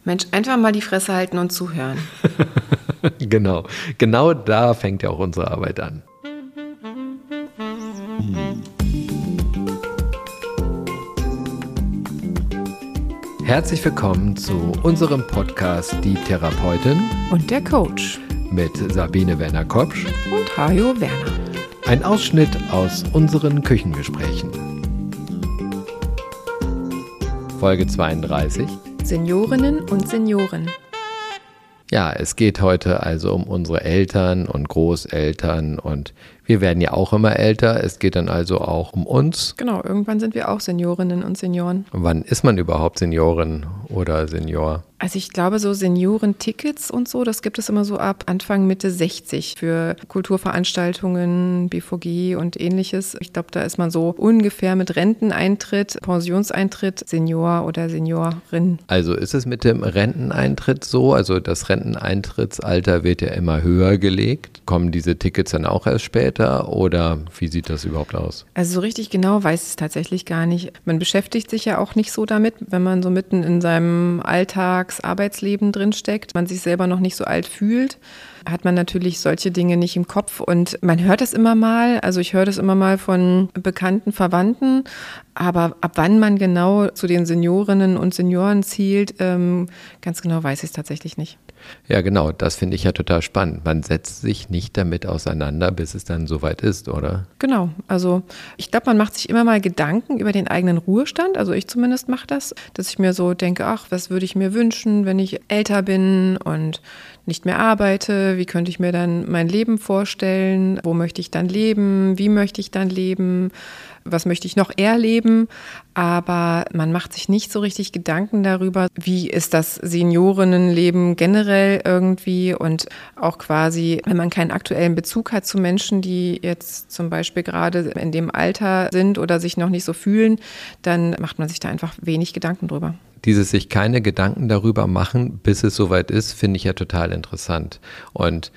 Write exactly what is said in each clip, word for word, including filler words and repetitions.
Mensch, einfach mal die Fresse halten und zuhören. Genau, genau da fängt ja auch unsere Arbeit an. Hm. Herzlich willkommen zu unserem Podcast Die Therapeutin und der Coach mit Sabine Werner-Kopsch und Hajo Werner. Ein Ausschnitt aus unseren Küchengesprächen. Folge zweiunddreißig. Seniorinnen und Senioren. Ja, es geht heute also um unsere Eltern und Großeltern und wir werden ja auch immer älter. Es geht dann also auch um uns. Genau, irgendwann sind wir auch Seniorinnen und Senioren. Wann ist man überhaupt Seniorin oder Senior? Also ich glaube, so Seniorentickets und so, das gibt es immer so ab Anfang, Mitte sechzig für Kulturveranstaltungen, B V G und ähnliches. Ich glaube, da ist man so ungefähr mit Renteneintritt, Pensionseintritt, Senior oder Seniorin. Also ist es mit dem Renteneintritt so? Also das Renteneintrittsalter wird ja immer höher gelegt. Kommen diese Tickets dann auch erst später oder wie sieht das überhaupt aus? Also so richtig genau weiß ich es tatsächlich gar nicht. Man beschäftigt sich ja auch nicht so damit, wenn man so mitten in seinem Alltag Arbeitsleben drinsteckt, man sich selber noch nicht so alt fühlt, hat man natürlich solche Dinge nicht im Kopf und man hört das immer mal, also ich höre das immer mal von bekannten Verwandten, aber ab wann man genau zu den Seniorinnen und Senioren zielt, ähm, ganz genau weiß ich es tatsächlich nicht. Ja, genau, das finde ich ja total spannend. Man setzt sich nicht damit auseinander, bis es dann soweit ist, oder? Genau, also ich glaube, man macht sich immer mal Gedanken über den eigenen Ruhestand, also ich zumindest mache das, dass ich mir so denke, ach, was würde ich mir wünschen, wenn ich älter bin und nicht mehr arbeite, wie könnte ich mir dann mein Leben vorstellen, wo möchte ich dann leben, wie möchte ich dann leben, was möchte ich noch erleben, aber man macht sich nicht so richtig Gedanken darüber, wie ist das Seniorinnenleben generell irgendwie und auch quasi, wenn man keinen aktuellen Bezug hat zu Menschen, die jetzt zum Beispiel gerade in dem Alter sind oder sich noch nicht so fühlen, dann macht man sich da einfach wenig Gedanken drüber. Dieses sich keine Gedanken darüber machen, bis es soweit ist, finde ich ja total interessant. Und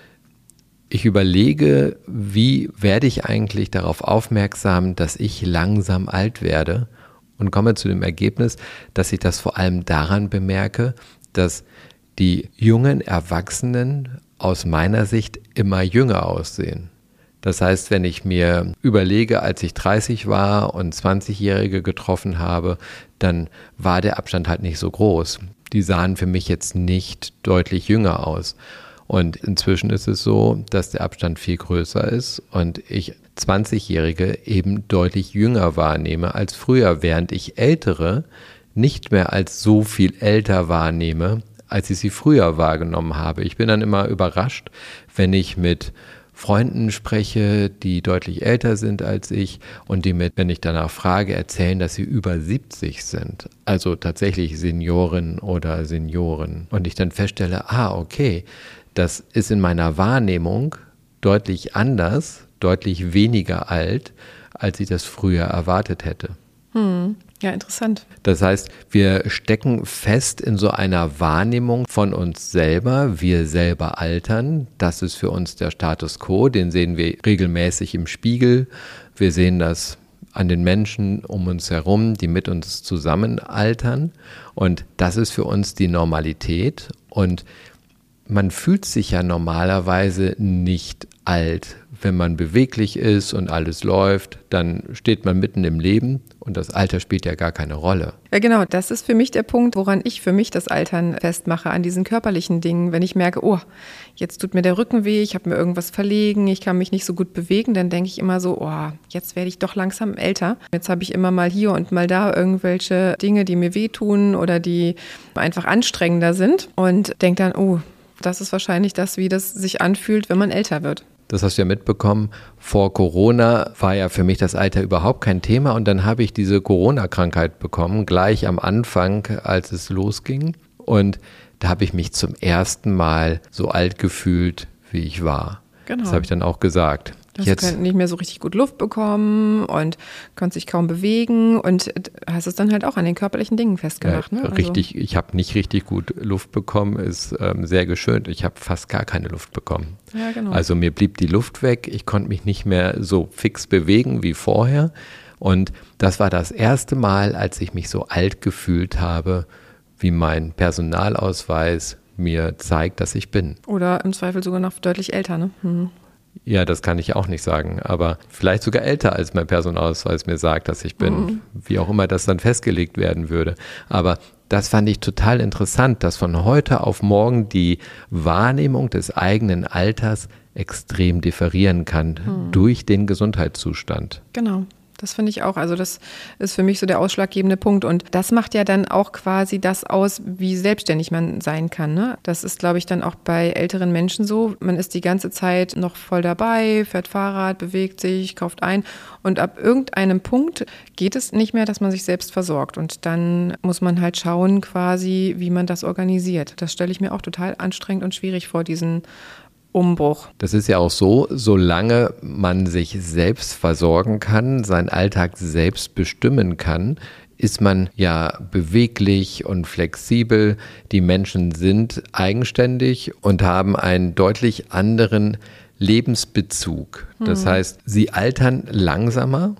ich überlege, wie werde ich eigentlich darauf aufmerksam, dass ich langsam alt werde und komme zu dem Ergebnis, dass ich das vor allem daran bemerke, dass die jungen Erwachsenen aus meiner Sicht immer jünger aussehen. Das heißt, wenn ich mir überlege, als ich dreißig war und zwanzigjährige getroffen habe, dann war der Abstand halt nicht so groß. Die sahen für mich jetzt nicht deutlich jünger aus. Und inzwischen ist es so, dass der Abstand viel größer ist und ich zwanzigjährige eben deutlich jünger wahrnehme als früher, während ich Ältere nicht mehr als so viel älter wahrnehme, als ich sie früher wahrgenommen habe. Ich bin dann immer überrascht, wenn ich mit Freunden spreche, die deutlich älter sind als ich und die mir, wenn ich danach frage, erzählen, dass sie über siebzig sind. Also tatsächlich Senioren oder Senioren. Und ich dann feststelle, ah, okay, das ist in meiner Wahrnehmung deutlich anders, deutlich weniger alt, als ich das früher erwartet hätte. Hm. Ja, interessant. Das heißt, wir stecken fest in so einer Wahrnehmung von uns selber, wir selber altern. Das ist für uns der Status quo, den sehen wir regelmäßig im Spiegel. Wir sehen das an den Menschen um uns herum, die mit uns zusammen altern. Und das ist für uns die Normalität. Und man fühlt sich ja normalerweise nicht alt. Wenn man beweglich ist und alles läuft, dann steht man mitten im Leben und das Alter spielt ja gar keine Rolle. Ja, genau, das ist für mich der Punkt, woran ich für mich das Altern festmache, an diesen körperlichen Dingen. Wenn ich merke, oh, jetzt tut mir der Rücken weh, ich habe mir irgendwas verlegen, ich kann mich nicht so gut bewegen, dann denke ich immer so, oh, jetzt werde ich doch langsam älter. Jetzt habe ich immer mal hier und mal da irgendwelche Dinge, die mir wehtun oder die einfach anstrengender sind und denke dann, oh, das ist wahrscheinlich das, wie das sich anfühlt, wenn man älter wird. Das hast du ja mitbekommen, vor Corona war ja für mich das Alter überhaupt kein Thema und dann habe ich diese Corona-Krankheit bekommen, gleich am Anfang, als es losging. Und da habe ich mich zum ersten Mal so alt gefühlt, wie ich war. Genau. Das habe ich dann auch gesagt. Du hast nicht mehr so richtig gut Luft bekommen und konntest dich kaum bewegen und hast es dann halt auch an den körperlichen Dingen festgemacht. Ja, ne? Also richtig, ich habe nicht richtig gut Luft bekommen, ist ähm, sehr geschönt. Ich habe fast gar keine Luft bekommen. Ja, genau. Also mir blieb die Luft weg, ich konnte mich nicht mehr so fix bewegen wie vorher. Und das war das erste Mal, als ich mich so alt gefühlt habe, wie mein Personalausweis mir zeigt, dass ich bin. Oder im Zweifel sogar noch deutlich älter, ne? Mhm. Ja, das kann ich auch nicht sagen, aber vielleicht sogar älter, als mein Personalausweis mir sagt, dass ich bin, mhm. wie auch immer das dann festgelegt werden würde. Aber das fand ich total interessant, dass von heute auf morgen die Wahrnehmung des eigenen Alters extrem differieren kann mhm. durch den Gesundheitszustand. Genau. Das finde ich auch. Also das ist für mich so der ausschlaggebende Punkt. Und das macht ja dann auch quasi das aus, wie selbstständig man sein kann. Ne? Das ist, glaube ich, dann auch bei älteren Menschen so. Man ist die ganze Zeit noch voll dabei, fährt Fahrrad, bewegt sich, kauft ein. Und ab irgendeinem Punkt geht es nicht mehr, dass man sich selbst versorgt. Und dann muss man halt schauen quasi, wie man das organisiert. Das stelle ich mir auch total anstrengend und schwierig vor, diesen Umbruch. Das ist ja auch so, solange man sich selbst versorgen kann, seinen Alltag selbst bestimmen kann, ist man ja beweglich und flexibel. Die Menschen sind eigenständig und haben einen deutlich anderen Lebensbezug. Das hm. heißt, sie altern langsamer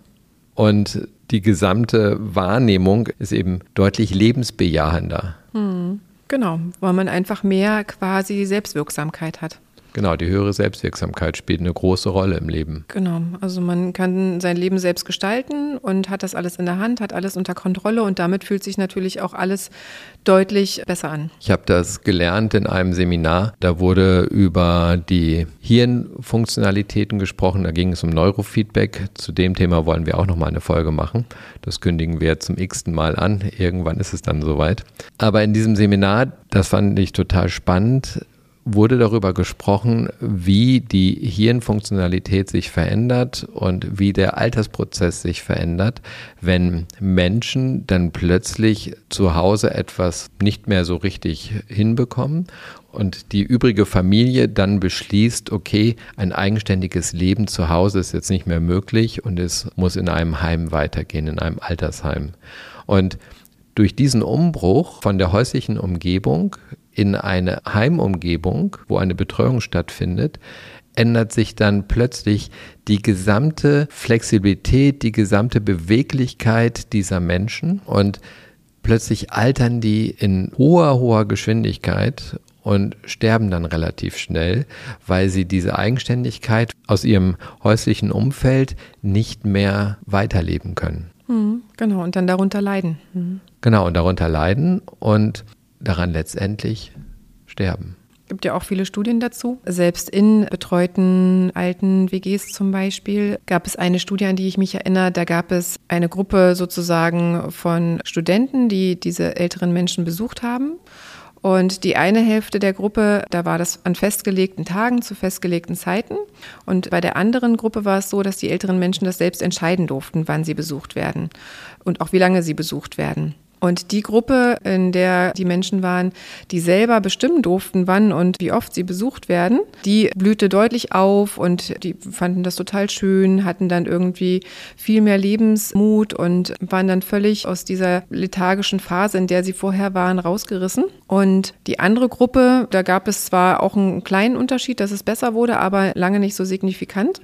und die gesamte Wahrnehmung ist eben deutlich lebensbejahender. Hm. Genau, weil man einfach mehr quasi Selbstwirksamkeit hat. Genau, die höhere Selbstwirksamkeit spielt eine große Rolle im Leben. Genau, also man kann sein Leben selbst gestalten und hat das alles in der Hand, hat alles unter Kontrolle und damit fühlt sich natürlich auch alles deutlich besser an. Ich habe das gelernt in einem Seminar, da wurde über die Hirnfunktionalitäten gesprochen, da ging es um Neurofeedback. Zu dem Thema wollen wir auch nochmal eine Folge machen. Das kündigen wir zum x-ten Mal an, irgendwann ist es dann soweit. Aber in diesem Seminar, das fand ich total spannend, wurde darüber gesprochen, wie die Hirnfunktionalität sich verändert und wie der Altersprozess sich verändert, wenn Menschen dann plötzlich zu Hause etwas nicht mehr so richtig hinbekommen und die übrige Familie dann beschließt, okay, ein eigenständiges Leben zu Hause ist jetzt nicht mehr möglich und es muss in einem Heim weitergehen, in einem Altersheim. Und durch diesen Umbruch von der häuslichen Umgebung in eine Heimumgebung, wo eine Betreuung stattfindet, ändert sich dann plötzlich die gesamte Flexibilität, die gesamte Beweglichkeit dieser Menschen und plötzlich altern die in hoher, hoher Geschwindigkeit und sterben dann relativ schnell, weil sie diese Eigenständigkeit aus ihrem häuslichen Umfeld nicht mehr weiterleben können. Mhm, genau, und dann darunter leiden. Mhm. Genau, und darunter leiden und daran letztendlich sterben. Es gibt ja auch viele Studien dazu. Selbst in betreuten alten W Gs zum Beispiel gab es eine Studie, an die ich mich erinnere. Da gab es eine Gruppe sozusagen von Studenten, die diese älteren Menschen besucht haben. Und die eine Hälfte der Gruppe, da war das an festgelegten Tagen zu festgelegten Zeiten. Und bei der anderen Gruppe war es so, dass die älteren Menschen das selbst entscheiden durften, wann sie besucht werden und auch wie lange sie besucht werden. Und die Gruppe, in der die Menschen waren, die selber bestimmen durften, wann und wie oft sie besucht werden, die blühte deutlich auf und die fanden das total schön, hatten dann irgendwie viel mehr Lebensmut und waren dann völlig aus dieser lethargischen Phase, in der sie vorher waren, rausgerissen. Und die andere Gruppe, da gab es zwar auch einen kleinen Unterschied, dass es besser wurde, aber lange nicht so signifikant.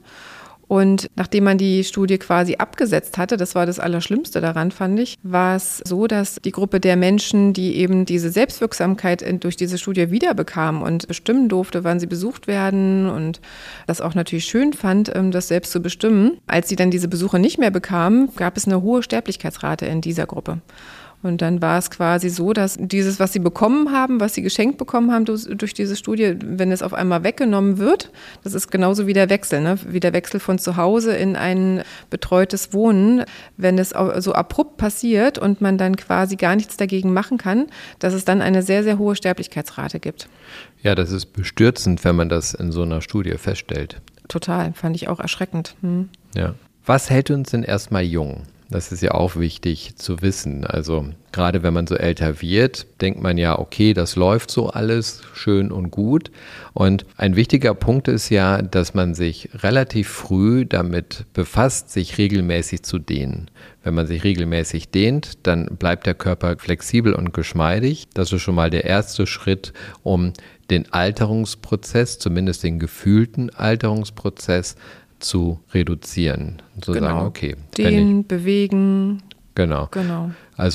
Und nachdem man die Studie quasi abgesetzt hatte, das war das Allerschlimmste daran, fand ich, war es so, dass die Gruppe der Menschen, die eben diese Selbstwirksamkeit durch diese Studie wiederbekam und bestimmen durfte, wann sie besucht werden und das auch natürlich schön fand, das selbst zu bestimmen, als sie dann diese Besuche nicht mehr bekamen, gab es eine hohe Sterblichkeitsrate in dieser Gruppe. Und dann war es quasi so, dass dieses, was sie bekommen haben, was sie geschenkt bekommen haben durch, durch diese Studie, wenn es auf einmal weggenommen wird, das ist genauso wie der Wechsel, ne? Wie der Wechsel von zu Hause in ein betreutes Wohnen. Wenn es so abrupt passiert und man dann quasi gar nichts dagegen machen kann, dass es dann eine sehr, sehr hohe Sterblichkeitsrate gibt. Ja, das ist bestürzend, wenn man das in so einer Studie feststellt. Total, fand ich auch erschreckend. Hm. Ja. Was hält uns denn erstmal jung? Das ist ja auch wichtig zu wissen. Also gerade wenn man so älter wird, denkt man ja, okay, das läuft so alles schön und gut. Und ein wichtiger Punkt ist ja, dass man sich relativ früh damit befasst, sich regelmäßig zu dehnen. Wenn man sich regelmäßig dehnt, dann bleibt der Körper flexibel und geschmeidig. Das ist schon mal der erste Schritt, um den Alterungsprozess, zumindest den gefühlten Alterungsprozess, zu reduzieren. Zu genau. sagen, okay. Dehnen, bewegen. Genau. genau. Also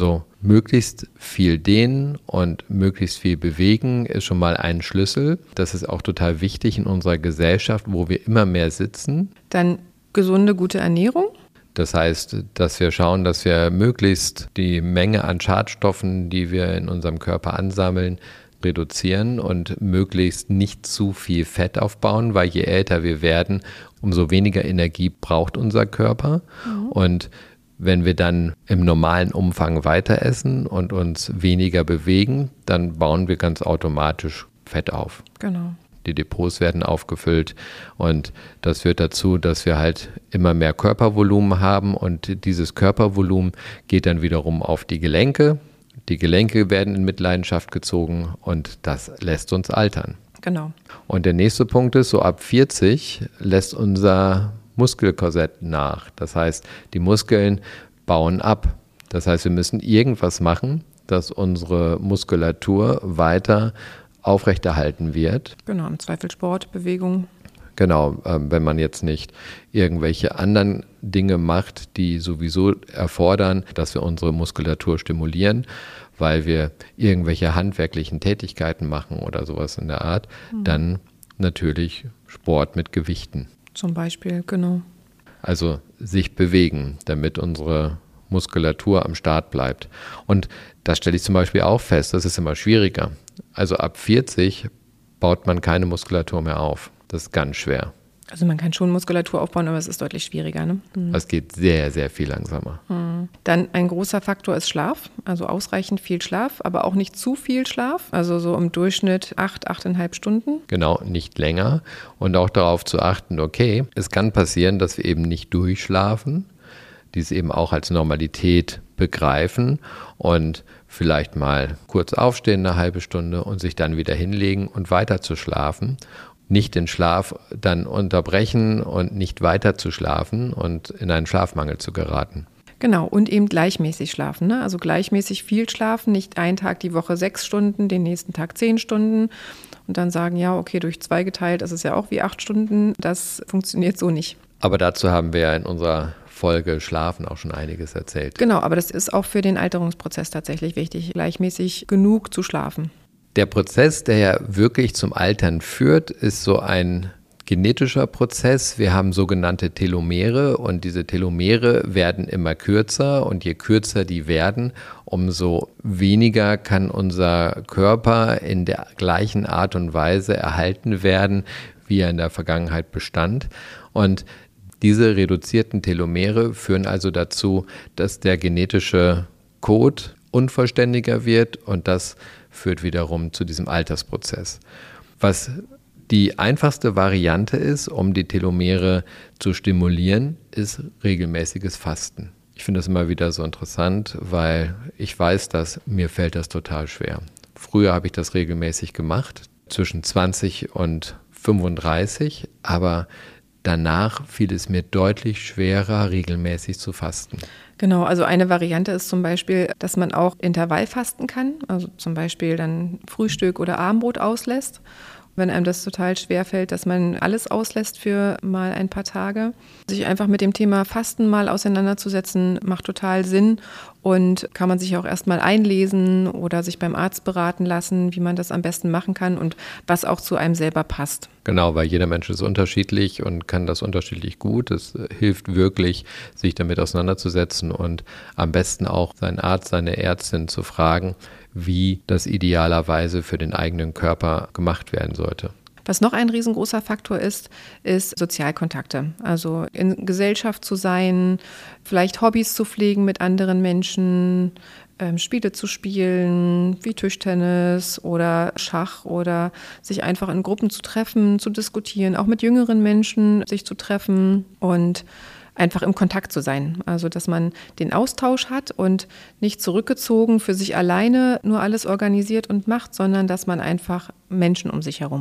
möglichst viel dehnen und möglichst viel bewegen ist schon mal ein Schlüssel. Das ist auch total wichtig in unserer Gesellschaft, wo wir immer mehr sitzen. Dann gesunde, gute Ernährung. Das heißt, dass wir schauen, dass wir möglichst die Menge an Schadstoffen, die wir in unserem Körper ansammeln, reduzieren und möglichst nicht zu viel Fett aufbauen, weil je älter wir werden, umso weniger Energie braucht unser Körper. Mhm. Und wenn wir dann im normalen Umfang weiter essen und uns weniger bewegen, dann bauen wir ganz automatisch Fett auf. Genau. Die Depots werden aufgefüllt und das führt dazu, dass wir halt immer mehr Körpervolumen haben und dieses Körpervolumen geht dann wiederum auf die Gelenke. Die Gelenke werden in Mitleidenschaft gezogen und das lässt uns altern. Genau. Und der nächste Punkt ist, so ab vierzig lässt unser Muskelkorsett nach. Das heißt, die Muskeln bauen ab. Das heißt, wir müssen irgendwas machen, dass unsere Muskulatur weiter aufrechterhalten wird. Genau, im Zweifel Sport, Bewegung. Genau, äh, wenn man jetzt nicht irgendwelche anderen Dinge macht, die sowieso erfordern, dass wir unsere Muskulatur stimulieren, weil wir irgendwelche handwerklichen Tätigkeiten machen oder sowas in der Art, mhm. dann natürlich Sport mit Gewichten. Zum Beispiel, genau. Also sich bewegen, damit unsere Muskulatur am Start bleibt. Und das stelle ich zum Beispiel auch fest, das ist immer schwieriger. Also ab vierzig baut man keine Muskulatur mehr auf. Das ist ganz schwer. Also man kann schon Muskulatur aufbauen, aber es ist deutlich schwieriger. Ne? Mhm. Es geht sehr, sehr viel langsamer. Mhm. Dann ein großer Faktor ist Schlaf, also ausreichend viel Schlaf, aber auch nicht zu viel Schlaf. Also so im Durchschnitt acht, achteinhalb Stunden. Genau, nicht länger. Und auch darauf zu achten, okay, es kann passieren, dass wir eben nicht durchschlafen, dies eben auch als Normalität begreifen und vielleicht mal kurz aufstehen, eine halbe Stunde und sich dann wieder hinlegen und weiter zu schlafen. Nicht den Schlaf dann unterbrechen und nicht weiter zu schlafen und in einen Schlafmangel zu geraten. Genau, und eben gleichmäßig schlafen. Ne? Also gleichmäßig viel schlafen, nicht einen Tag die Woche sechs Stunden, den nächsten Tag zehn Stunden und dann sagen, ja, okay, durch zwei geteilt, das ist ja auch wie acht Stunden. Das funktioniert so nicht. Aber dazu haben wir ja in unserer Folge Schlafen auch schon einiges erzählt. Genau, aber das ist auch für den Alterungsprozess tatsächlich wichtig, gleichmäßig genug zu schlafen. Der Prozess, der ja wirklich zum Altern führt, ist so ein genetischer Prozess. Wir haben sogenannte Telomere und diese Telomere werden immer kürzer und je kürzer die werden, umso weniger kann unser Körper in der gleichen Art und Weise erhalten werden, wie er in der Vergangenheit bestand. Und diese reduzierten Telomere führen also dazu, dass der genetische Code unvollständiger wird und das führt wiederum zu diesem Altersprozess. Was die einfachste Variante ist, um die Telomere zu stimulieren, ist regelmäßiges Fasten. Ich finde das immer wieder so interessant, weil ich weiß, dass mir fällt das total schwer. Früher habe ich das regelmäßig gemacht, zwischen zwanzig und fünfunddreißig, aber danach fiel es mir deutlich schwerer, regelmäßig zu fasten. Genau, also eine Variante ist zum Beispiel, dass man auch Intervallfasten kann, also zum Beispiel dann Frühstück oder Abendbrot auslässt. Wenn einem das total schwer fällt, dass man alles auslässt für mal ein paar Tage. Sich einfach mit dem Thema Fasten mal auseinanderzusetzen, macht total Sinn und kann man sich auch erstmal einlesen oder sich beim Arzt beraten lassen, wie man das am besten machen kann und was auch zu einem selber passt. Genau, weil jeder Mensch ist unterschiedlich und kann das unterschiedlich gut. Es hilft wirklich, sich damit auseinanderzusetzen und am besten auch seinen Arzt, seine Ärztin zu fragen, wie das idealerweise für den eigenen Körper gemacht werden sollte. Was noch ein riesengroßer Faktor ist, ist Sozialkontakte. Also in Gesellschaft zu sein, vielleicht Hobbys zu pflegen mit anderen Menschen, ähm, Spiele zu spielen, wie Tischtennis oder Schach oder sich einfach in Gruppen zu treffen, zu diskutieren, auch mit jüngeren Menschen sich zu treffen und einfach im Kontakt zu sein. Also, dass man den Austausch hat und nicht zurückgezogen für sich alleine nur alles organisiert und macht, sondern dass man einfach Menschen um sich herum hat.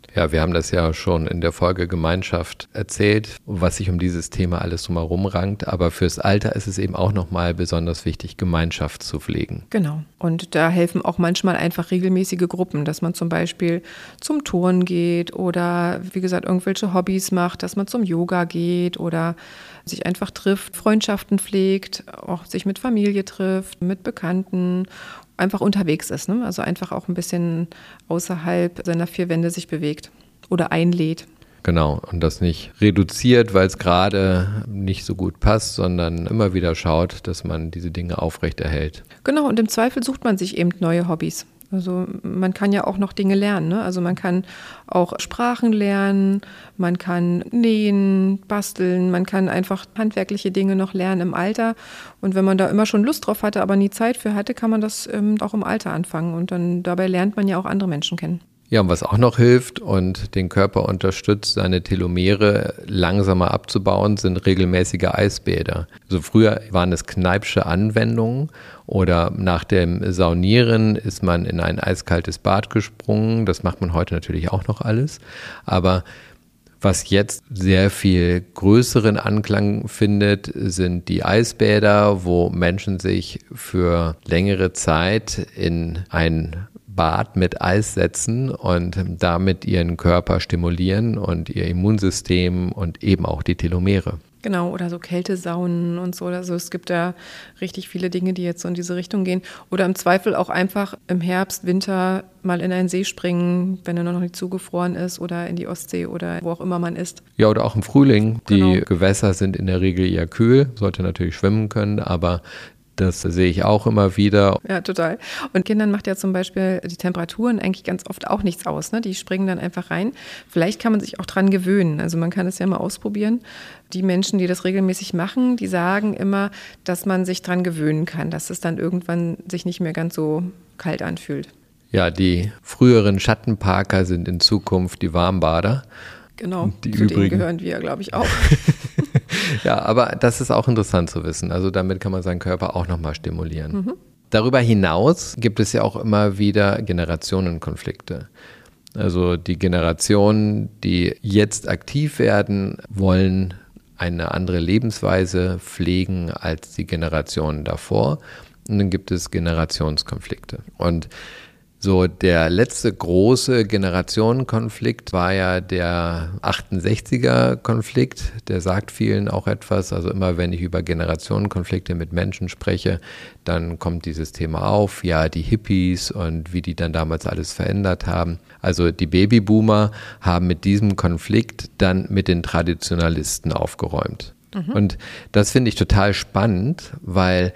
Ja, wir haben das ja schon in der Folge Gemeinschaft erzählt, was sich um dieses Thema alles drumherum rankt. Aber fürs Alter ist es eben auch nochmal besonders wichtig, Gemeinschaft zu pflegen. Genau. Und da helfen auch manchmal einfach regelmäßige Gruppen, dass man zum Beispiel zum Turnen geht oder, wie gesagt, irgendwelche Hobbys macht, dass man zum Yoga geht oder sich einfach trifft, Freundschaften pflegt, auch sich mit Familie trifft, mit Bekannten, einfach unterwegs ist, ne? Also einfach auch ein bisschen außerhalb seiner vier Wände sich bewegt oder einlädt. Genau, und das nicht reduziert, weil es gerade nicht so gut passt, sondern immer wieder schaut, dass man diese Dinge aufrechterhält. Genau, und im Zweifel sucht man sich eben neue Hobbys. Also man kann ja auch noch Dinge lernen, ne? Also man kann auch Sprachen lernen, man kann nähen, basteln, man kann einfach handwerkliche Dinge noch lernen im Alter. Und wenn man da immer schon Lust drauf hatte, aber nie Zeit für hatte, kann man das ähm, auch im Alter anfangen. Und dann dabei lernt man ja auch andere Menschen kennen. Ja, und was auch noch hilft und den Körper unterstützt, seine Telomere langsamer abzubauen, sind regelmäßige Eisbäder. Also früher waren es Kneippsche Anwendungen oder nach dem Saunieren ist man in ein eiskaltes Bad gesprungen. Das macht man heute natürlich auch noch alles. Aber was jetzt sehr viel größeren Anklang findet, sind die Eisbäder, wo Menschen sich für längere Zeit in ein Bad mit Eis setzen und damit ihren Körper stimulieren und ihr Immunsystem und eben auch die Telomere. Genau, oder so Kältesaunen und so. Also es gibt da richtig viele Dinge, die jetzt so in diese Richtung gehen. Oder im Zweifel auch einfach im Herbst, Winter mal in einen See springen, wenn er noch nicht zugefroren ist, oder in die Ostsee oder wo auch immer man ist. Ja, oder auch im Frühling. Genau. Die Gewässer sind in der Regel eher kühl, sollte natürlich schwimmen können, aber das sehe ich auch immer wieder. Ja, total. Und Kindern macht ja zum Beispiel die Temperaturen eigentlich ganz oft auch nichts aus, ne? Die springen dann einfach rein. Vielleicht kann man sich auch dran gewöhnen. Also man kann es ja mal ausprobieren. Die Menschen, die das regelmäßig machen, die sagen immer, dass man sich dran gewöhnen kann, dass es dann irgendwann sich nicht mehr ganz so kalt anfühlt. Ja, die früheren Schattenparker sind in Zukunft die Warmbader. Genau, die zu übrigen. denen gehören wir, glaube ich, auch. Ja, aber das ist auch interessant zu wissen. Also damit kann man seinen Körper auch nochmal stimulieren. Mhm. Darüber hinaus gibt es ja auch immer wieder Generationenkonflikte. Also die Generationen, die jetzt aktiv werden, wollen eine andere Lebensweise pflegen als die Generationen davor. Und dann gibt es Generationskonflikte. Und so der letzte große Generationenkonflikt war ja der achtundsechziger-Konflikt. Der sagt vielen auch etwas. Also immer wenn ich über Generationenkonflikte mit Menschen spreche, dann kommt dieses Thema auf. Ja, die Hippies und wie die dann damals alles verändert haben. Also die Babyboomer haben mit diesem Konflikt dann mit den Traditionalisten aufgeräumt. Mhm. Und das finde ich total spannend, weil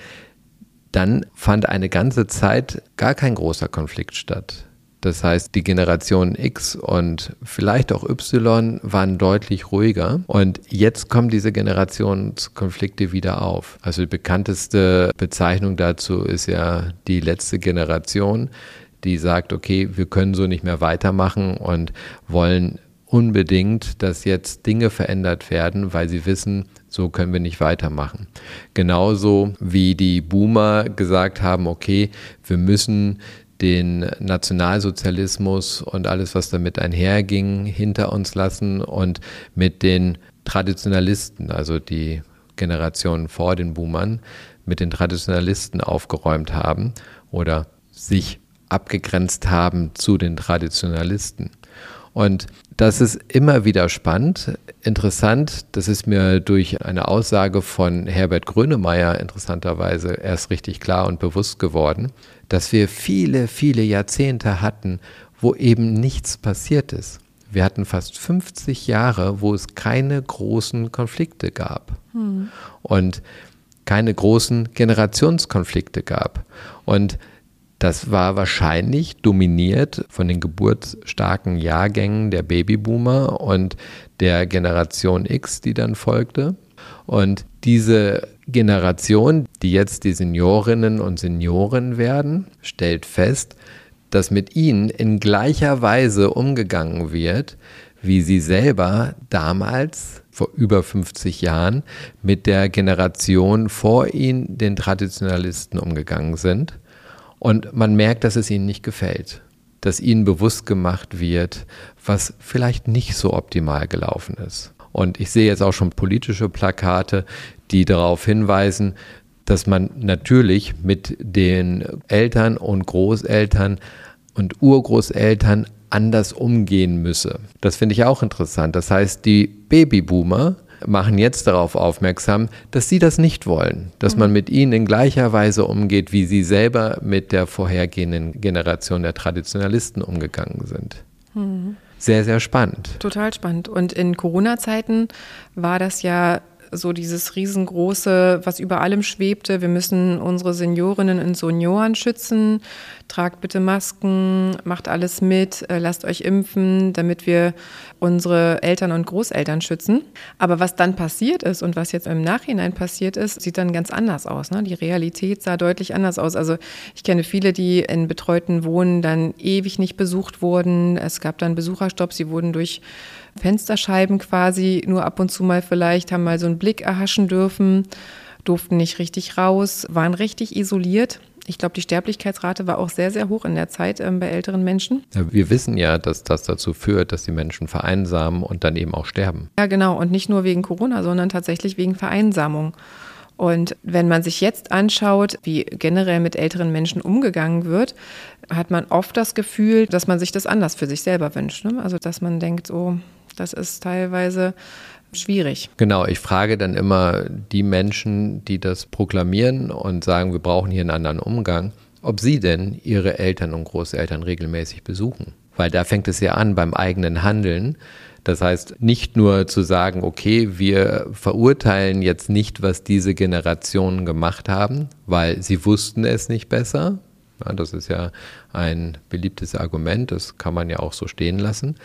dann fand eine ganze Zeit gar kein großer Konflikt statt. Das heißt, die Generation X und vielleicht auch Y waren deutlich ruhiger. Und jetzt kommen diese Generationskonflikte wieder auf. Also die bekannteste Bezeichnung dazu ist ja die letzte Generation, die sagt, okay, wir können so nicht mehr weitermachen und wollen unbedingt, dass jetzt Dinge verändert werden, weil sie wissen, so können wir nicht weitermachen. Genauso wie die Boomer gesagt haben, okay, wir müssen den Nationalsozialismus und alles, was damit einherging, hinter uns lassen und mit den Traditionalisten, also die Generation vor den Boomern, mit den Traditionalisten aufgeräumt haben oder sich abgegrenzt haben zu den Traditionalisten. Und das ist immer wieder spannend, interessant. Das ist mir durch eine Aussage von Herbert Grönemeyer interessanterweise erst richtig klar und bewusst geworden, dass wir viele, viele Jahrzehnte hatten, wo eben nichts passiert ist. Wir hatten fast fünfzig Jahre, wo es keine großen Konflikte gab hm. und keine großen Generationskonflikte gab. Und das war wahrscheinlich dominiert von den geburtsstarken Jahrgängen der Babyboomer und der Generation X, die dann folgte. Und diese Generation, die jetzt die Seniorinnen und Senioren werden, stellt fest, dass mit ihnen in gleicher Weise umgegangen wird, wie sie selber damals, vor über fünfzig Jahren, mit der Generation vor ihnen, den Traditionalisten, umgegangen sind. Und man merkt, dass es ihnen nicht gefällt. dass ihnen bewusst gemacht wird, was vielleicht nicht so optimal gelaufen ist. Und ich sehe jetzt auch schon politische Plakate, die darauf hinweisen, dass man natürlich mit den Eltern und Großeltern und Urgroßeltern anders umgehen müsse. Das finde ich auch interessant. Das heißt, die Babyboomer machen jetzt darauf aufmerksam, dass sie das nicht wollen, dass man mit ihnen in gleicher Weise umgeht, wie sie selber mit der vorhergehenden Generation der Traditionalisten umgegangen sind. Mhm. Sehr, sehr spannend. Total spannend. Und in Corona-Zeiten war das ja so dieses riesengroße, was über allem schwebte. Wir müssen unsere Seniorinnen und Senioren schützen. Tragt bitte Masken, macht alles mit, lasst euch impfen, damit wir unsere Eltern und Großeltern schützen. Aber was dann passiert ist und was jetzt im Nachhinein passiert ist, sieht dann ganz anders aus. Ne? Die Realität sah deutlich anders aus. Also ich kenne viele, die in betreuten Wohnen dann ewig nicht besucht wurden. Es gab dann Besucherstopps, sie wurden durch Fensterscheiben quasi nur ab und zu mal vielleicht, haben mal so einen Blick erhaschen dürfen, durften nicht richtig raus, waren richtig isoliert. Ich glaube, die Sterblichkeitsrate war auch sehr, sehr hoch in der Zeit ähm, bei älteren Menschen. Ja, wir wissen ja, dass das dazu führt, dass die Menschen vereinsamen und dann eben auch sterben. Ja, genau. Und nicht nur wegen Corona, sondern tatsächlich wegen Vereinsamung. Und wenn man sich jetzt anschaut, wie generell mit älteren Menschen umgegangen wird, hat man oft das Gefühl, dass man sich das anders für sich selber wünscht. Ne? Also, dass man denkt, oh, das ist teilweise schwierig. Genau, ich frage dann immer die Menschen, die das proklamieren und sagen, wir brauchen hier einen anderen Umgang, ob sie denn ihre Eltern und Großeltern regelmäßig besuchen. Weil da fängt es ja an beim eigenen Handeln. Das heißt, nicht nur zu sagen, okay, wir verurteilen jetzt nicht, was diese Generationen gemacht haben, weil sie wussten es nicht besser. Ja, das ist ja ein beliebtes Argument, das kann man ja auch so stehen lassen.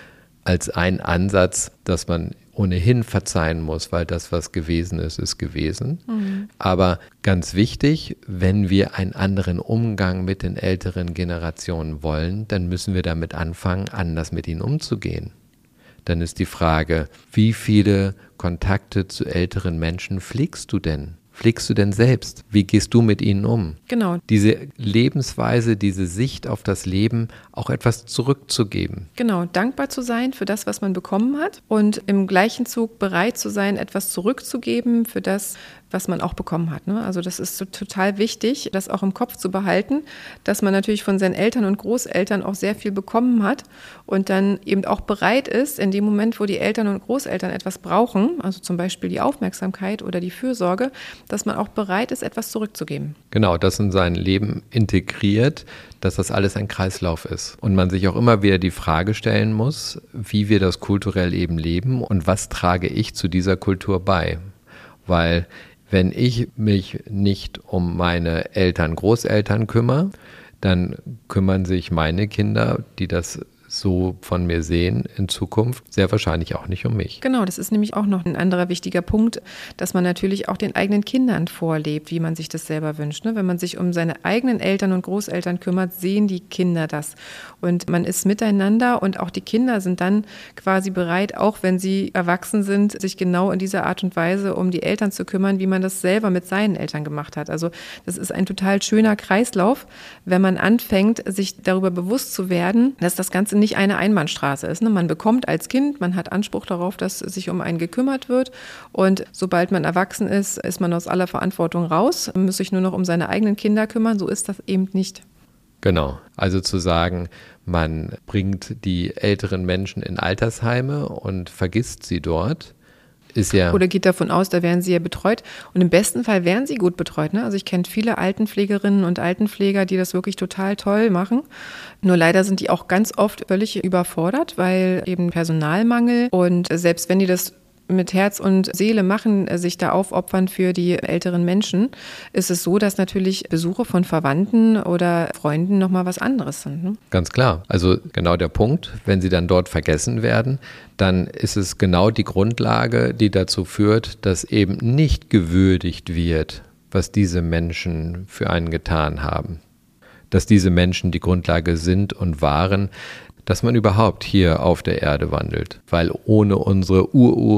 Als ein Ansatz, dass man ohnehin verzeihen muss, weil das, was gewesen ist, ist gewesen. Mhm. Aber ganz wichtig, wenn wir einen anderen Umgang mit den älteren Generationen wollen, dann müssen wir damit anfangen, anders mit ihnen umzugehen. Dann ist die Frage, wie viele Kontakte zu älteren Menschen pflegst du denn? Pflegst du denn selbst? Wie gehst du mit ihnen um? Genau. Diese Lebensweise, diese Sicht auf das Leben auch etwas zurückzugeben. Genau, dankbar zu sein für das, was man bekommen hat und im gleichen Zug bereit zu sein, etwas zurückzugeben für das, was man auch bekommen hat. Ne? Also das ist so total wichtig, das auch im Kopf zu behalten, dass man natürlich von seinen Eltern und Großeltern auch sehr viel bekommen hat und dann eben auch bereit ist, in dem Moment, wo die Eltern und Großeltern etwas brauchen, also zum Beispiel die Aufmerksamkeit oder die Fürsorge, dass man auch bereit ist, etwas zurückzugeben. Genau, das in sein Leben integriert, dass das alles ein Kreislauf ist. Und man sich auch immer wieder die Frage stellen muss, wie wir das kulturell eben leben und was trage ich zu dieser Kultur bei. Weil wenn ich mich nicht um meine Eltern, Großeltern kümmere, dann kümmern sich meine Kinder, die das so von mir sehen in Zukunft, sehr wahrscheinlich auch nicht um mich. Genau, das ist nämlich auch noch ein anderer wichtiger Punkt, dass man natürlich auch den eigenen Kindern vorlebt, wie man sich das selber wünscht. Ne? Wenn man sich um seine eigenen Eltern und Großeltern kümmert, sehen die Kinder das. Und man ist miteinander und auch die Kinder sind dann quasi bereit, auch wenn sie erwachsen sind, sich genau in dieser Art und Weise um die Eltern zu kümmern, wie man das selber mit seinen Eltern gemacht hat. Also das ist ein total schöner Kreislauf, wenn man anfängt, sich darüber bewusst zu werden, dass das Ganze nicht eine Einbahnstraße ist. Man bekommt als Kind, man hat Anspruch darauf, dass sich um einen gekümmert wird und sobald man erwachsen ist, ist man aus aller Verantwortung raus, muss sich nur noch um seine eigenen Kinder kümmern. So ist das eben nicht. Genau, also zu sagen, man bringt die älteren Menschen in Altersheime und vergisst sie dort, ist ja... Oder geht davon aus, da werden sie ja betreut und im besten Fall werden sie gut betreut. Ne? Also ich kenne viele Altenpflegerinnen und Altenpfleger, die das wirklich total toll machen. Nur leider sind die auch ganz oft völlig überfordert, weil eben Personalmangel und selbst wenn die das mit Herz und Seele machen, sich da aufopfern für die älteren Menschen, ist es so, dass natürlich Besuche von Verwandten oder Freunden nochmal was anderes sind. Ne? Ganz klar. Also genau der Punkt, wenn sie dann dort vergessen werden, dann ist es genau die Grundlage, die dazu führt, dass eben nicht gewürdigt wird, was diese Menschen für einen getan haben. Dass diese Menschen die Grundlage sind und waren, dass man überhaupt hier auf der Erde wandelt. Weil ohne unsere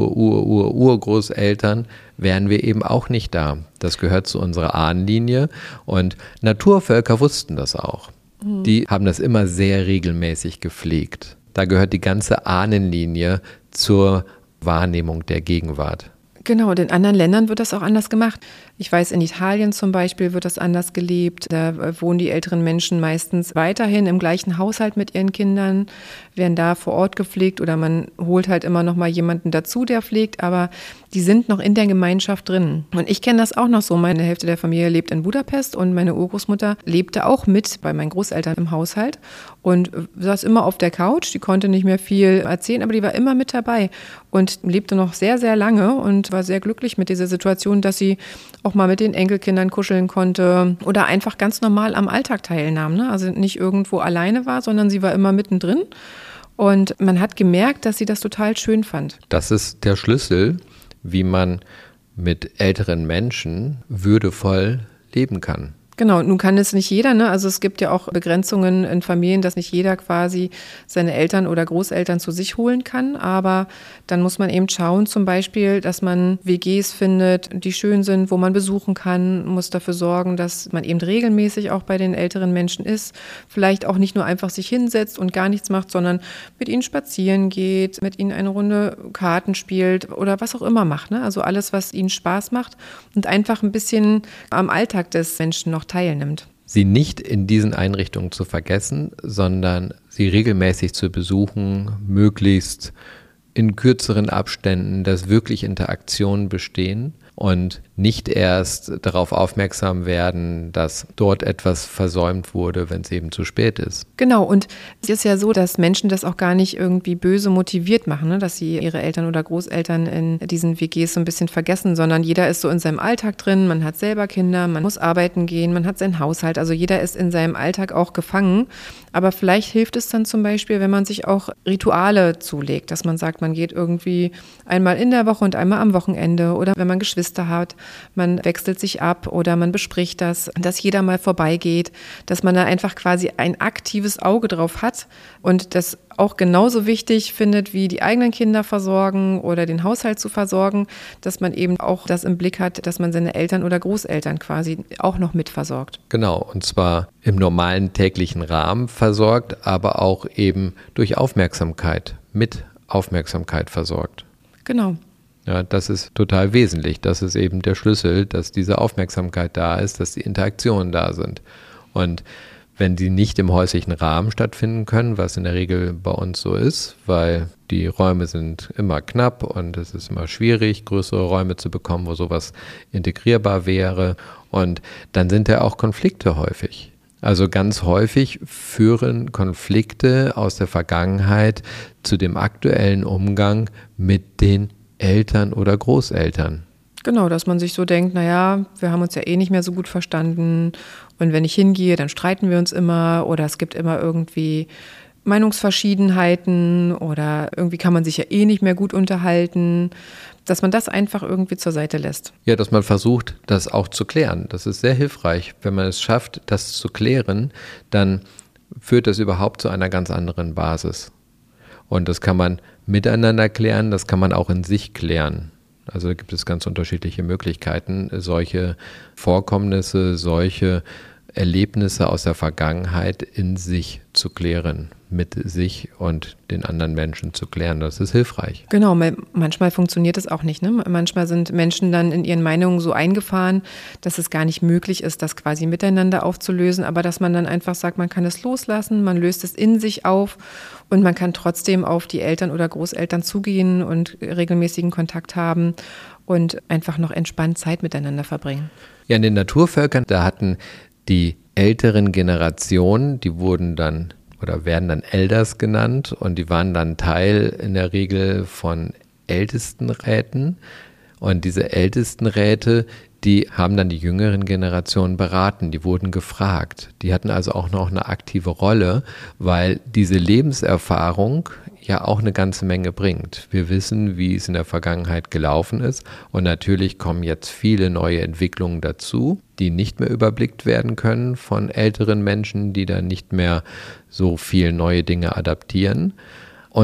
Ur-Ur-Ur-Ur-Urgroßeltern wären wir eben auch nicht da. Das gehört zu unserer Ahnenlinie und Naturvölker wussten das auch. mhm. die haben das immer sehr regelmäßig gepflegt. Da gehört die ganze Ahnenlinie zur Wahrnehmung der Gegenwart. Genau, und in anderen Ländern wird das auch anders gemacht. Ich weiß, in Italien zum Beispiel wird das anders gelebt. Da wohnen die älteren Menschen meistens weiterhin im gleichen Haushalt mit ihren Kindern, werden da vor Ort gepflegt oder man holt halt immer noch mal jemanden dazu, der pflegt, aber die sind noch in der Gemeinschaft drin. Und ich kenne das auch noch so. Meine Hälfte der Familie lebt in Budapest und meine Urgroßmutter lebte auch mit bei meinen Großeltern im Haushalt und saß immer auf der Couch. Die konnte nicht mehr viel erzählen, aber die war immer mit dabei und lebte noch sehr, sehr lange und war sehr glücklich mit dieser Situation, dass sie auch mal mit den Enkelkindern kuscheln konnte oder einfach ganz normal am Alltag teilnahm. Ne? Also nicht irgendwo alleine war, sondern sie war immer mittendrin. Und man hat gemerkt, dass sie das total schön fand. Das ist der Schlüssel, wie man mit älteren Menschen würdevoll leben kann. Genau, nun kann es nicht jeder, ne? Also es gibt ja auch Begrenzungen in Familien, dass nicht jeder quasi seine Eltern oder Großeltern zu sich holen kann. Aber dann muss man eben schauen, zum Beispiel, dass man W Gs findet, die schön sind, wo man besuchen kann, muss dafür sorgen, dass man eben regelmäßig auch bei den älteren Menschen ist. Vielleicht auch nicht nur einfach sich hinsetzt und gar nichts macht, sondern mit ihnen spazieren geht, mit ihnen eine Runde Karten spielt oder was auch immer macht, ne? Also alles, was ihnen Spaß macht und einfach ein bisschen am Alltag des Menschen noch teilnimmt. Sie nicht in diesen Einrichtungen zu vergessen, sondern sie regelmäßig zu besuchen, möglichst in kürzeren Abständen, dass wirklich Interaktionen bestehen und nicht erst darauf aufmerksam werden, dass dort etwas versäumt wurde, wenn es eben zu spät ist. Genau, und es ist ja so, dass Menschen das auch gar nicht irgendwie böse motiviert machen, ne? Dass sie ihre Eltern oder Großeltern in diesen W Gs so ein bisschen vergessen, sondern jeder ist so in seinem Alltag drin, man hat selber Kinder, man muss arbeiten gehen, man hat seinen Haushalt, also jeder ist in seinem Alltag auch gefangen. Aber vielleicht hilft es dann zum Beispiel, wenn man sich auch Rituale zulegt, dass man sagt, man geht irgendwie einmal in der Woche und einmal am Wochenende oder wenn man Geschwister hat, man wechselt sich ab oder man bespricht das, dass jeder mal vorbeigeht, dass man da einfach quasi ein aktives Auge drauf hat und das auch genauso wichtig findet, wie die eigenen Kinder versorgen oder den Haushalt zu versorgen, dass man eben auch das im Blick hat, dass man seine Eltern oder Großeltern quasi auch noch mit versorgt. Genau, und zwar im normalen täglichen Rahmen versorgt, aber auch eben durch Aufmerksamkeit, mit Aufmerksamkeit versorgt. Genau. Ja, das ist total wesentlich. Das ist eben der Schlüssel, dass diese Aufmerksamkeit da ist, dass die Interaktionen da sind. Und wenn die nicht im häuslichen Rahmen stattfinden können, was in der Regel bei uns so ist, weil die Räume sind immer knapp und es ist immer schwierig, größere Räume zu bekommen, wo sowas integrierbar wäre. Und dann sind ja auch Konflikte häufig. Also ganz häufig führen Konflikte aus der Vergangenheit zu dem aktuellen Umgang mit den Eltern oder Großeltern. Genau, dass man sich so denkt, naja, wir haben uns ja eh nicht mehr so gut verstanden und wenn ich hingehe, dann streiten wir uns immer oder es gibt immer irgendwie Meinungsverschiedenheiten oder irgendwie kann man sich ja eh nicht mehr gut unterhalten, dass man das einfach irgendwie zur Seite lässt. Ja, dass man versucht, das auch zu klären. Das ist sehr hilfreich. Wenn man es schafft, das zu klären, dann führt das überhaupt zu einer ganz anderen Basis. Und das kann man miteinander klären, das kann man auch in sich klären. Also da gibt es ganz unterschiedliche Möglichkeiten, solche Vorkommnisse, solche Erlebnisse aus der Vergangenheit in sich zu klären, mit sich und den anderen Menschen zu klären. Das ist hilfreich. Genau, manchmal funktioniert es auch nicht, ne? Manchmal sind Menschen dann in ihren Meinungen so eingefahren, dass es gar nicht möglich ist, das quasi miteinander aufzulösen, aber dass man dann einfach sagt, man kann es loslassen, man löst es in sich auf und man kann trotzdem auf die Eltern oder Großeltern zugehen und regelmäßigen Kontakt haben und einfach noch entspannt Zeit miteinander verbringen. Ja, in den Naturvölkern, da hatten die älteren Generationen, die wurden dann oder werden dann Elders genannt und die waren dann Teil in der Regel von Ältestenräten und diese Ältestenräte, die haben dann die jüngeren Generationen beraten, die wurden gefragt. Die hatten also auch noch eine aktive Rolle, weil diese Lebenserfahrung ja auch eine ganze Menge bringt. Wir wissen, wie es in der Vergangenheit gelaufen ist und natürlich kommen jetzt viele neue Entwicklungen dazu, die nicht mehr überblickt werden können von älteren Menschen, die dann nicht mehr so viel neue Dinge adaptieren. Und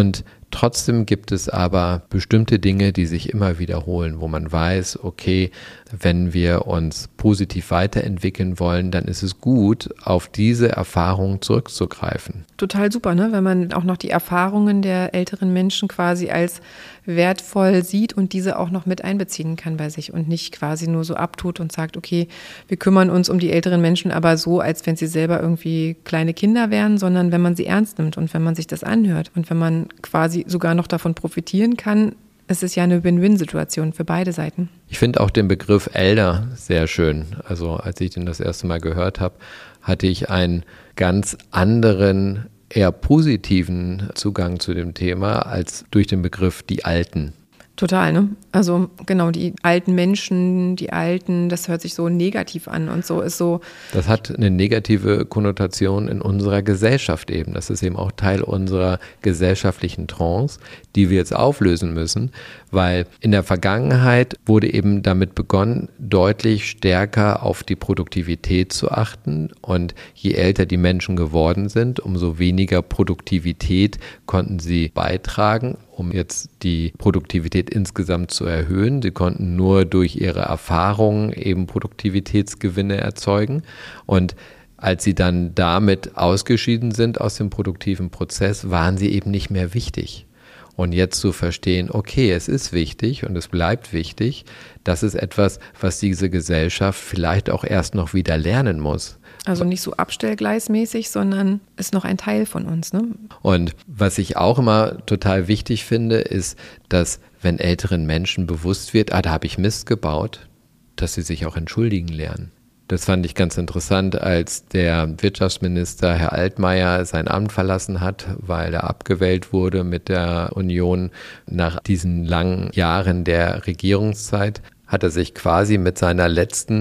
Trotzdem gibt es aber bestimmte Dinge, die sich immer wiederholen, wo man weiß, okay, wenn wir uns positiv weiterentwickeln wollen, dann ist es gut, auf diese Erfahrungen zurückzugreifen. Total super, ne? Wenn man auch noch die Erfahrungen der älteren Menschen quasi als wertvoll sieht und diese auch noch mit einbeziehen kann bei sich und nicht quasi nur so abtut und sagt, okay, wir kümmern uns um die älteren Menschen, aber so, als wenn sie selber irgendwie kleine Kinder wären, sondern wenn man sie ernst nimmt und wenn man sich das anhört und wenn man quasi sogar noch davon profitieren kann, es ist ja eine Win-Win-Situation für beide Seiten. Ich finde auch den Begriff Elder sehr schön. Also als ich den das erste Mal gehört habe, hatte ich einen ganz anderen, eher positiven Zugang zu dem Thema als durch den Begriff die Alten. Total, ne? Also genau, die alten Menschen, die Alten, das hört sich so negativ an und so ist so. Das hat eine negative Konnotation in unserer Gesellschaft eben. Das ist eben auch Teil unserer gesellschaftlichen Trance, die wir jetzt auflösen müssen, weil in der Vergangenheit wurde eben damit begonnen, deutlich stärker auf die Produktivität zu achten, und je älter die Menschen geworden sind, umso weniger Produktivität konnten sie beitragen, um jetzt die Produktivität insgesamt zu erhöhen. Sie konnten nur durch ihre Erfahrungen eben Produktivitätsgewinne erzeugen, und als sie dann damit ausgeschieden sind aus dem produktiven Prozess, waren sie eben nicht mehr wichtig. Und jetzt zu verstehen, okay, es ist wichtig und es bleibt wichtig, das ist etwas, was diese Gesellschaft vielleicht auch erst noch wieder lernen muss. Also nicht so abstellgleismäßig, sondern ist noch ein Teil von uns, ne? Und was ich auch immer total wichtig finde, ist, dass wenn älteren Menschen bewusst wird, ah, da habe ich Mist gebaut, dass sie sich auch entschuldigen lernen. Das fand ich ganz interessant, als der Wirtschaftsminister Herr Altmaier sein Amt verlassen hat, weil er abgewählt wurde mit der Union nach diesen langen Jahren der Regierungszeit, hat er sich quasi mit seiner letzten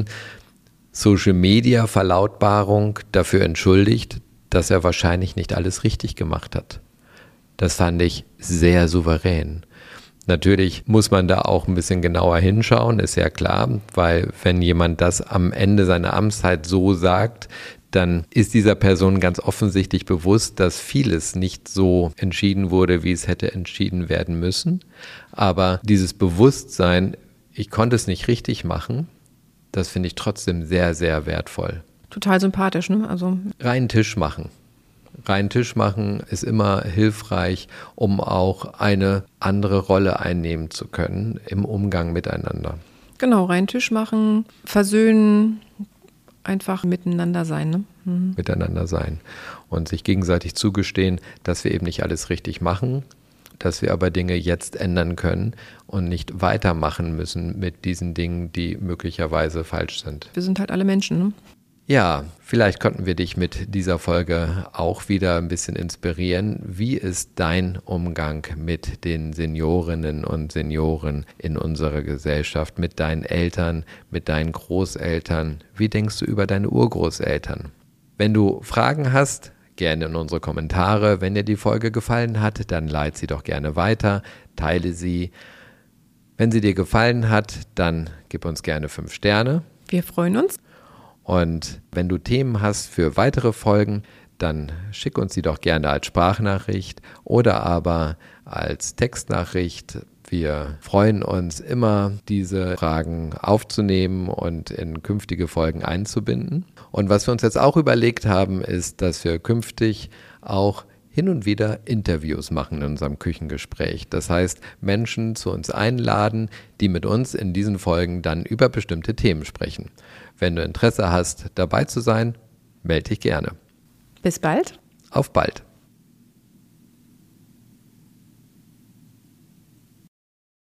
Social-Media-Verlautbarung dafür entschuldigt, dass er wahrscheinlich nicht alles richtig gemacht hat. Das fand ich sehr souverän. Natürlich muss man da auch ein bisschen genauer hinschauen, ist ja klar, weil wenn jemand das am Ende seiner Amtszeit so sagt, dann ist dieser Person ganz offensichtlich bewusst, dass vieles nicht so entschieden wurde, wie es hätte entschieden werden müssen. Aber dieses Bewusstsein, ich konnte es nicht richtig machen, das finde ich trotzdem sehr, sehr wertvoll. Total sympathisch, ne? Also reinen Tisch machen. Reinen Tisch machen ist immer hilfreich, um auch eine andere Rolle einnehmen zu können im Umgang miteinander. Genau, reinen Tisch machen, versöhnen, einfach miteinander sein. Ne? Mhm. Miteinander sein und sich gegenseitig zugestehen, dass wir eben nicht alles richtig machen, dass wir aber Dinge jetzt ändern können und nicht weitermachen müssen mit diesen Dingen, die möglicherweise falsch sind. Wir sind halt alle Menschen, ne? Ja, vielleicht konnten wir dich mit dieser Folge auch wieder ein bisschen inspirieren. Wie ist dein Umgang mit den Seniorinnen und Senioren in unserer Gesellschaft, mit deinen Eltern, mit deinen Großeltern? Wie denkst du über deine Urgroßeltern? Wenn du Fragen hast, gerne in unsere Kommentare. Wenn dir die Folge gefallen hat, dann leite sie doch gerne weiter, teile sie. Wenn sie dir gefallen hat, dann gib uns gerne fünf Sterne. Wir freuen uns. Und wenn du Themen hast für weitere Folgen, dann schick uns die doch gerne als Sprachnachricht oder aber als Textnachricht. Wir freuen uns immer, diese Fragen aufzunehmen und in künftige Folgen einzubinden. Und was wir uns jetzt auch überlegt haben, ist, dass wir künftig auch hin und wieder Interviews machen in unserem Küchengespräch. Das heißt, Menschen zu uns einladen, die mit uns in diesen Folgen dann über bestimmte Themen sprechen. Wenn du Interesse hast, dabei zu sein, melde dich gerne. Bis bald. Auf bald.